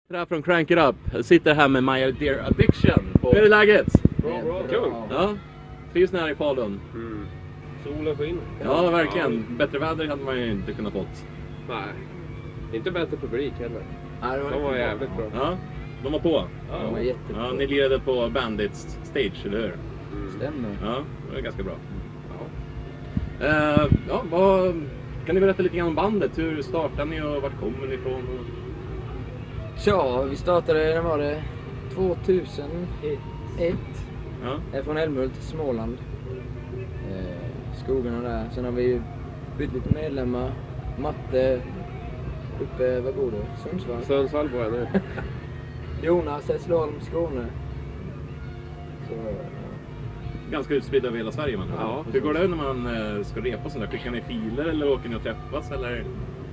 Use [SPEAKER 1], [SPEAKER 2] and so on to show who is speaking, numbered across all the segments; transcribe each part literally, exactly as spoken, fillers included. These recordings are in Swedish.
[SPEAKER 1] Där från Crank It Up. Jag sitter här med My Dear Addiction. Hur är det läget?
[SPEAKER 2] Bra, bra. Kul.
[SPEAKER 1] Ja, trivs ni här i Falun?
[SPEAKER 2] Mm. Solen skiner.
[SPEAKER 1] Ja, verkligen. Bättre väder hade man ju inte kunnat fått.
[SPEAKER 2] Nej, inte bättre publik heller.
[SPEAKER 1] Nej, det var
[SPEAKER 2] De var jävligt bra.
[SPEAKER 1] Ja, de var på.
[SPEAKER 3] Ja, de var jättebra.
[SPEAKER 1] Ja, ni lirade på Bandits stage, eller hur?
[SPEAKER 2] Mm.
[SPEAKER 3] Stämmer.
[SPEAKER 1] Ja, det var ganska bra.
[SPEAKER 2] Ja.
[SPEAKER 1] Uh, ja, vad, kan ni berätta lite grann om bandet? Hur startade ni och vart kommer ni ifrån?
[SPEAKER 3] Tja, vi startade, när var det? tvåtusenett.
[SPEAKER 1] Ja.
[SPEAKER 3] Är från Älmhult, Småland. Eh, skogarna där. Sen har vi ju bytt lite medlemmar. Matte, uppe, vad bor du? Sundsvall?
[SPEAKER 2] Sundsvall bor jag nu.
[SPEAKER 3] Jonas, Hässleholm, Skåne. Så, ja.
[SPEAKER 1] Ganska utspridd över hela Sverige, man.
[SPEAKER 2] Ja.
[SPEAKER 1] Hur går det när man uh, ska repa sådär? Skickar ni filer eller åker ni och träffas? Eller?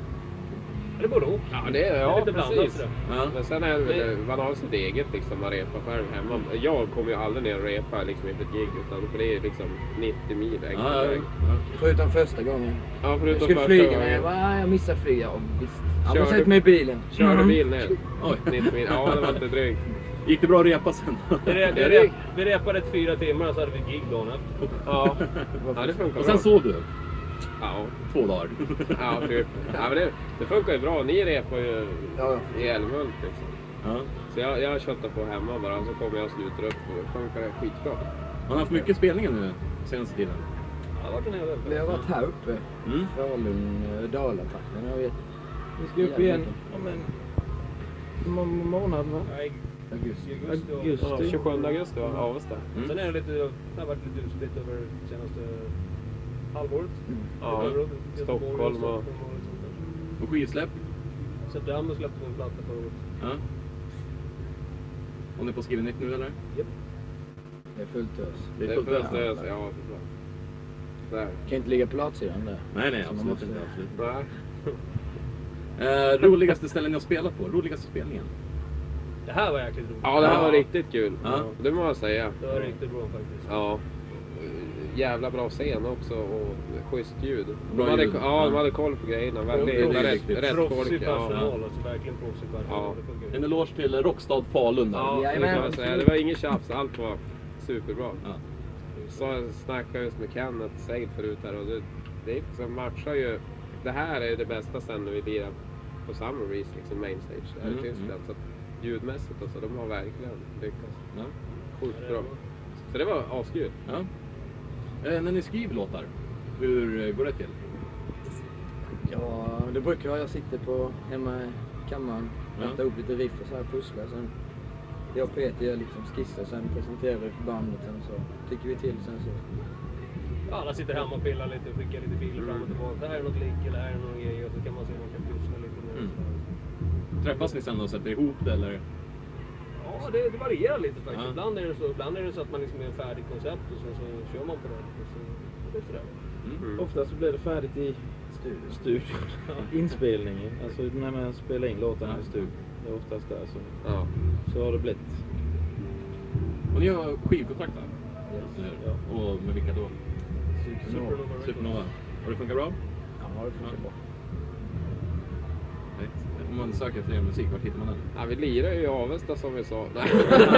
[SPEAKER 4] Det både och.
[SPEAKER 2] Ja, det är, ja,
[SPEAKER 4] lite blandat
[SPEAKER 2] precis.
[SPEAKER 4] sådär.
[SPEAKER 1] Ja.
[SPEAKER 2] Men sen är det, man har sitt eget liksom, att repa själv hemma. Jag kommer ju aldrig ner och repa liksom inför ett gig, utan för det är liksom nittio mil väg.
[SPEAKER 1] Ja, ja, ja.
[SPEAKER 3] Förutom första gången.
[SPEAKER 2] Ja,
[SPEAKER 3] Jag
[SPEAKER 2] förutom
[SPEAKER 3] skulle
[SPEAKER 2] första
[SPEAKER 3] flyga,
[SPEAKER 2] gången.
[SPEAKER 3] men jag bara, "Ah, jag missar flyga." Ja, visst. Jag
[SPEAKER 2] Körde-
[SPEAKER 3] har sett mig i bilen.
[SPEAKER 2] Körde bil ner.
[SPEAKER 1] Oj.
[SPEAKER 2] nittio mil. Ja, det var inte drygt.
[SPEAKER 1] Gick det bra att repa sen?
[SPEAKER 4] Vi, re, vi, re, vi repade ett fyra timmar och så hade vi gig dagen efter.
[SPEAKER 2] Ja, ja det funkar
[SPEAKER 1] Och
[SPEAKER 2] bra.
[SPEAKER 1] sen sov du?
[SPEAKER 2] Ja,
[SPEAKER 1] Två dagar.
[SPEAKER 2] ja, typ. Ja, men det, det funkar ju bra. Ni repar ju
[SPEAKER 3] Ja,
[SPEAKER 2] i Älmhult liksom.
[SPEAKER 1] Ja.
[SPEAKER 2] Så jag, jag köttar på hemma bara, så kommer jag och sluter upp och det funkar det skitbra.
[SPEAKER 1] Man har haft mycket spelningar nu senaste tiden.
[SPEAKER 4] Ja, det har varit en hel del.
[SPEAKER 3] vi har varit här uppe.
[SPEAKER 1] Mm.
[SPEAKER 3] Falun, eh, Dalatrakten. Jag vet. Vi ska upp igen om en må- månad, va?
[SPEAKER 4] Nej,
[SPEAKER 3] Augusti.
[SPEAKER 4] augusti och...
[SPEAKER 3] Augusti.
[SPEAKER 2] Ja, tjugosjunde augusti var Avesta.
[SPEAKER 1] Mm.
[SPEAKER 4] Sen är det lite, det har varit lite utspritt över senaste halvåret.
[SPEAKER 3] Mm.
[SPEAKER 2] Ja,
[SPEAKER 4] Göteborg,
[SPEAKER 2] Stockholm och...
[SPEAKER 4] Stockholm och lite sånt där.
[SPEAKER 1] Och skivsläpp.
[SPEAKER 4] September släppte vi en platta förra året.
[SPEAKER 1] Ja. Har ni på skriva nytt nu eller?
[SPEAKER 3] Det är fullt ös.
[SPEAKER 1] Det
[SPEAKER 2] Det är
[SPEAKER 1] fullt
[SPEAKER 2] fullt
[SPEAKER 1] ös.
[SPEAKER 2] ös, ja. Bra. Där.
[SPEAKER 3] Kan inte ligga på latsidan där.
[SPEAKER 1] Nej, nej,
[SPEAKER 3] Så man
[SPEAKER 1] absolut
[SPEAKER 3] måste-
[SPEAKER 1] inte. Absolut.
[SPEAKER 2] Nej.
[SPEAKER 1] Eh, roligaste ställen ni har spelat på? Roligaste spelningen?
[SPEAKER 4] Det här var jäkligt roligt.
[SPEAKER 2] Ja, det här
[SPEAKER 1] Ja.
[SPEAKER 2] var riktigt kul.
[SPEAKER 1] Ja.
[SPEAKER 2] Det må jag säga.
[SPEAKER 4] Det var riktigt bra faktiskt.
[SPEAKER 2] Ja. Jävla bra scen också och schysst ljud.
[SPEAKER 1] Bra
[SPEAKER 2] De hade,
[SPEAKER 1] ljud.
[SPEAKER 2] ja, de
[SPEAKER 1] Ja.
[SPEAKER 2] hade koll på grejerna.
[SPEAKER 1] det är
[SPEAKER 2] Verkligen rätt,
[SPEAKER 1] riktigt.
[SPEAKER 2] rätt folk.
[SPEAKER 4] Proffsig
[SPEAKER 2] Ja.
[SPEAKER 4] personal, alltså verkligen proffsig personal.
[SPEAKER 2] Ja.
[SPEAKER 4] Det funkar ju.
[SPEAKER 1] En eloge till Rockstad Falun där.
[SPEAKER 2] Ja, det,
[SPEAKER 3] Jajamän.
[SPEAKER 2] kan jag säga. Det var inget tjafs, allt var superbra.
[SPEAKER 1] Ja.
[SPEAKER 2] Så jag snackade just med Kenneth Seid förut här och det, det liksom matchar ju. Det här är det bästa sen när vi lirar på Summer Breeze, liksom main stage där
[SPEAKER 1] Mm,
[SPEAKER 2] i Tyskland. Så att ljudmässigt och så, de har verkligen lyckats.
[SPEAKER 1] Ja.
[SPEAKER 2] Sjukt bra. Så det var askul.
[SPEAKER 1] Ja. Eh, när ni skriver låtar, hur eh, går det till?
[SPEAKER 3] Ja, det brukar vara. Jag sitter på hemma i kammaren,
[SPEAKER 1] Ja.
[SPEAKER 3] rattar upp lite riff och så här pusslar. Sen jag och Peter gör liksom skisser, sen presenterar vi för bandet. Sen så tycker vi till, sen så...
[SPEAKER 4] Ja, alla sitter hemma och pillar lite och skickar lite filer fram och tillbaka. Det här är något lick eller här är någon grej och så kan man se om man kan pussla lite mer.
[SPEAKER 1] Mm. Träffas ni sen och sätter ihop det eller?
[SPEAKER 4] Ja, det, det varierar lite faktiskt.
[SPEAKER 1] Ja.
[SPEAKER 4] Ibland, är det så, ibland är det så att man liksom är en färdig koncept och sen så kör man på det. Och så, det är sådär.
[SPEAKER 2] Mm.
[SPEAKER 5] Oftast så blir det färdigt i
[SPEAKER 3] Studio.
[SPEAKER 5] studion. Inspelningen. Alltså när man spelar in låtarna
[SPEAKER 1] Ja.
[SPEAKER 5] i studion. Det är oftast där som
[SPEAKER 2] Ja.
[SPEAKER 5] så har det blivit.
[SPEAKER 1] Och ni har skivkontrakt där?
[SPEAKER 3] Yes.
[SPEAKER 1] Eller hur?
[SPEAKER 5] Ja.
[SPEAKER 1] Och med vilka då?
[SPEAKER 3] Supernova.
[SPEAKER 4] Supernova.
[SPEAKER 1] Supernova. Och det funkar bra?
[SPEAKER 3] Ja, det funkar bra.
[SPEAKER 1] Nej. Om man söker efter er musik, var hittar man den?
[SPEAKER 2] Ja, vi lirar ju i Avesta som vi sa. Nej.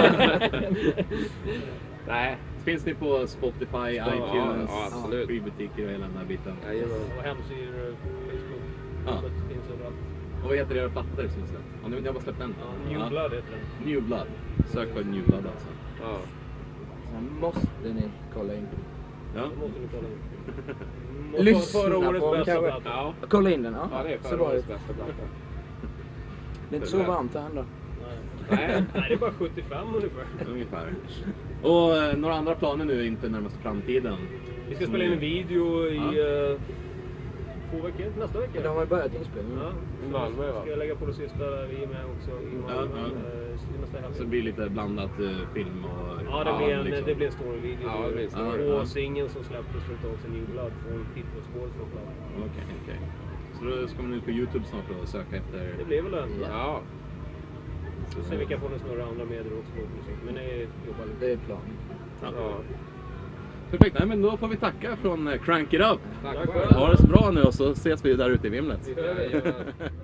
[SPEAKER 2] Nej.
[SPEAKER 1] Finns ni på Spotify,
[SPEAKER 2] Ja,
[SPEAKER 1] iTunes,
[SPEAKER 2] ja, absolut.
[SPEAKER 1] skivbutiker och hela den här biten?
[SPEAKER 2] Jajamän.
[SPEAKER 4] Och hemsidor, Facebook,
[SPEAKER 1] Ja.
[SPEAKER 4] det finns överallt.
[SPEAKER 1] Och vad heter era plattor som ni släppt? Ja, ni ni har bara släppt en?
[SPEAKER 4] Ja, New Blood heter den.
[SPEAKER 1] New Blood. Sök på New Blood alltså.
[SPEAKER 2] Ja.
[SPEAKER 3] Sen måste ni kolla in.
[SPEAKER 1] Ja.
[SPEAKER 4] Det måste ni kolla in.
[SPEAKER 3] Lyssna
[SPEAKER 4] Förra
[SPEAKER 3] på
[SPEAKER 4] årets
[SPEAKER 3] den
[SPEAKER 4] bästa
[SPEAKER 3] kanske.
[SPEAKER 4] platta.
[SPEAKER 2] Ja.
[SPEAKER 3] Kolla in den, ja.
[SPEAKER 2] Ja, det är
[SPEAKER 3] Så
[SPEAKER 2] förra
[SPEAKER 3] bra
[SPEAKER 2] årets
[SPEAKER 3] ut.
[SPEAKER 2] bästa platta.
[SPEAKER 3] Det är inte så varmt här ändå.
[SPEAKER 2] Nej.
[SPEAKER 4] Nej, det är bara sjuttiofem ungefär.
[SPEAKER 1] Ungefär. Och eh, några andra planer nu inför närmaste framtiden?
[SPEAKER 4] Vi ska spela in en video i
[SPEAKER 1] Ja.
[SPEAKER 4] eh, två veckor, nästa vecka.
[SPEAKER 3] De har ju börjat inspelningen.
[SPEAKER 4] Ja,
[SPEAKER 2] I Malmö, va?
[SPEAKER 4] ska jag lägga på det sista där vi är med också i Malmö.
[SPEAKER 1] Ja, ja.
[SPEAKER 4] eh, nästa helg.
[SPEAKER 1] Så det blir lite blandat eh, film och...
[SPEAKER 4] Ja, det blir en,
[SPEAKER 1] liksom.
[SPEAKER 4] det blir en storyvideo.
[SPEAKER 2] Ja, det blir en story,
[SPEAKER 4] och
[SPEAKER 1] ja.
[SPEAKER 4] singeln som släpptes för ett tag sedan, New Blood, får titelspåret från plattan.
[SPEAKER 1] Okej, okej. Så då ska man ut på YouTube snart och söka efter...
[SPEAKER 4] Det blir väl en.
[SPEAKER 2] Ja.
[SPEAKER 4] Så ser vi kan få den snurra andra medier också på musik. Men det är jobbar lite.
[SPEAKER 3] Det är planen.
[SPEAKER 1] Ja.
[SPEAKER 2] Ja.
[SPEAKER 1] Perfekt, nej men då får vi tacka från eh, Crank It Up.
[SPEAKER 2] Tack
[SPEAKER 4] Tack
[SPEAKER 2] själv.
[SPEAKER 4] själv.
[SPEAKER 1] Ha det så bra nu och så ses vi där ute i vimlet.
[SPEAKER 4] Vi hörs.
[SPEAKER 2] Jajamän.